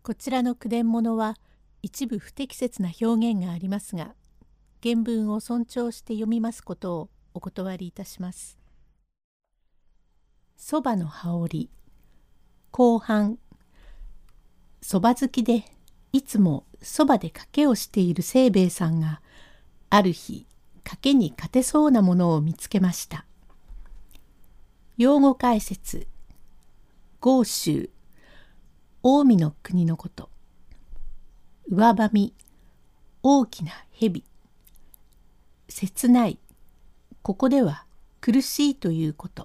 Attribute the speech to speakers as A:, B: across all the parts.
A: こちらの句伝物は一部不適切な表現がありますが、原文を尊重して読みますことをお断りいたします。そばの羽織後半。そば好きでいつもそばで賭けをしている清兵衛さんがある日賭けに勝てそうなものを見つけました。用語解説。豪州、近江の国のこと。上ばみ、大きな蛇。切ない、ここでは苦しいということ。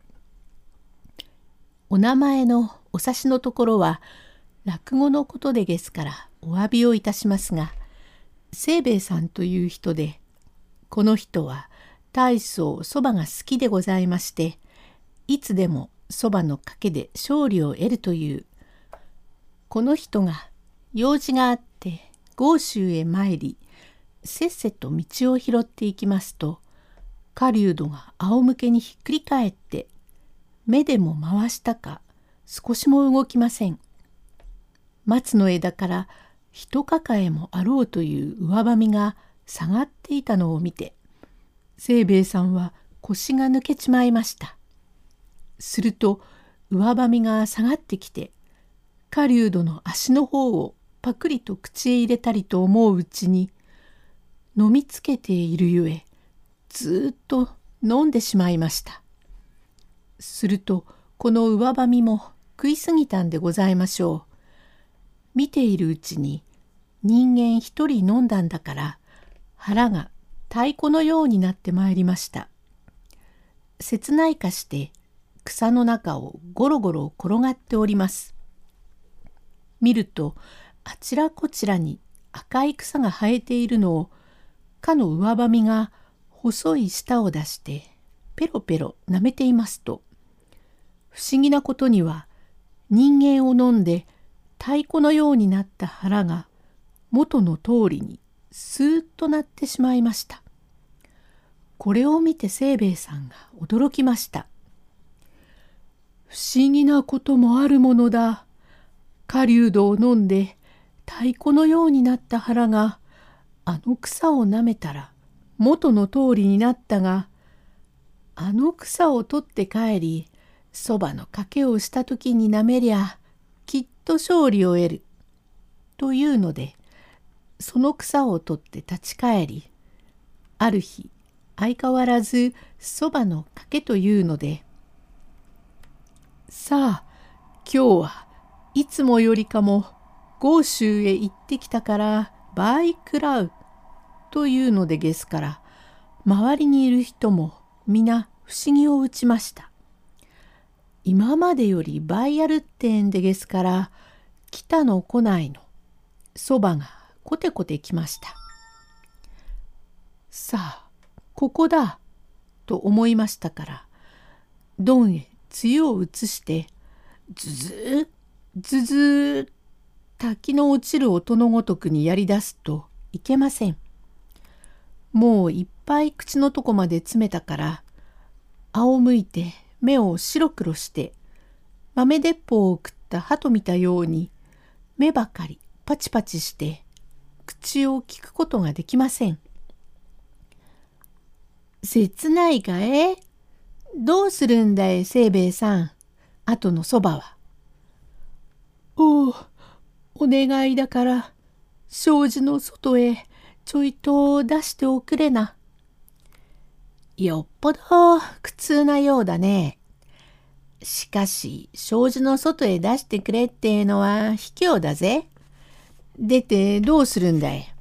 A: お名前のお察しのところは落語のことでですからお詫びをいたしますが、清兵衛さんという人で、この人は大層そばが好きでございまして、いつでもそばの賭けで勝利を得るという。この人が用事があって豪州へ参り、せっせと道を拾っていきますと、狩人が仰向けにひっくり返って、目でも回したか少しも動きません。松の枝から一抱えもあろうという上ばみが下がっていたのを見て、清兵衛さんは腰が抜けちまいました。すると上ばみが下がってきて、狩人の足の方をパクリと口へ入れたりと思ううちに、飲みつけているゆえずっと飲んでしまいました。するとこの上ばみも食いすぎたんでございましょう。見ているうちに人間一人飲んだんだから腹が太鼓のようになってまいりました。切ないかして草の中をゴロゴロ転がっております。見るとあちらこちらに赤い草が生えているのを、かの上ばみが細い舌を出してペロペロ舐めていますと、不思議なことには人間を飲んで太鼓のようになった腹が元の通りにスーッとなってしまいました。これを見て清兵衛さんが驚きました。不思議なこともあるものだ。狩人を飲んで太鼓のようになった腹があの草を舐めたら元の通りになったが、あの草を取って帰りそばの賭けをした時に舐めりゃきっと勝利を得るというので、その草を取って立ち返り、ある日相変わらずそばの賭けというので、さあ今日はいつもよりかも豪州へ行ってきたから倍食らうというのでですから、周りにいる人も皆不思議を打ちました。今までより倍やるってんでですから、来たの来ないのそばがコテコテきました。さあここだと思いましたから、丼へつゆを移してズズーズズー滝の落ちる音のごとくにやり出すといけません。もういっぱい口のとこまで詰めたから、仰向いて目を白黒して豆鉄砲を食った鳩見たように目ばかりパチパチして口を聞くことができません。切ないかえ？どうするんだい清兵衛さん、後のそばは。おう、お願いだから障子の外へちょいと出しておくれな。よっぽど苦痛なようだね。しかし障子の外へ出してくれってのは卑怯だぜ。出てどうするんだい。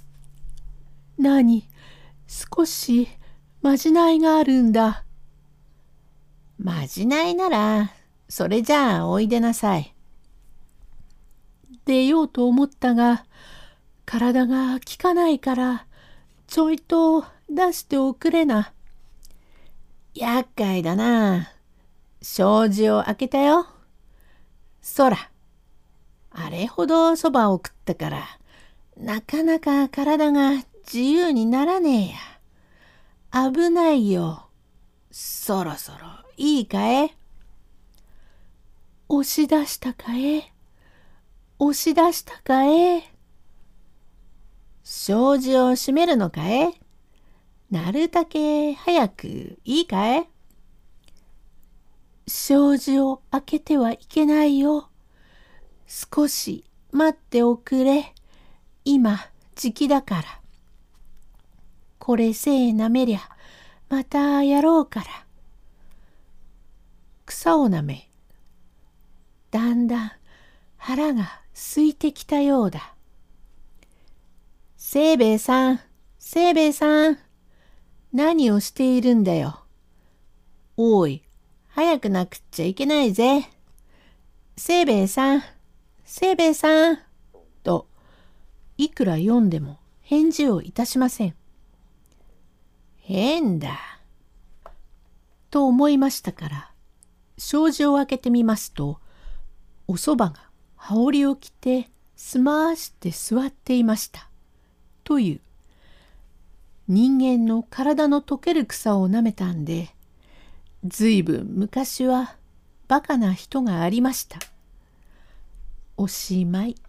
A: 何、少しまじないがあるんだ。まじないならそれじゃあおいでなさい。出ようと思ったが体がきかないからちょいと出しておくれな。厄介だな。障子を開けたよ。そら、あれほどそばを食ったからなかなか体が自由にならねえや。危ないよ。そろそろいいかえ。押し出したかえ。 押し出したかえ。障子を閉めるのかえ。なるだけ早くいいかえ。障子を開けてはいけないよ。少し待っておくれ。今時期だから。これせえなめりゃまたやろうから。草をなめ、だんだん腹が空いてきたようだ。清兵衛さん、清兵衛さん、何をしているんだよ。おい、早くなくっちゃいけないぜ。清兵衛さん、清兵衛さん、と、いくら読んでも返事をいたしません。変だ。と思いましたから、障子を開けてみますと、おそばが羽織を着てすまして座っていました。という、人間の体の溶ける草をなめたんで、ずいぶん昔はバカな人がありました。おしまい。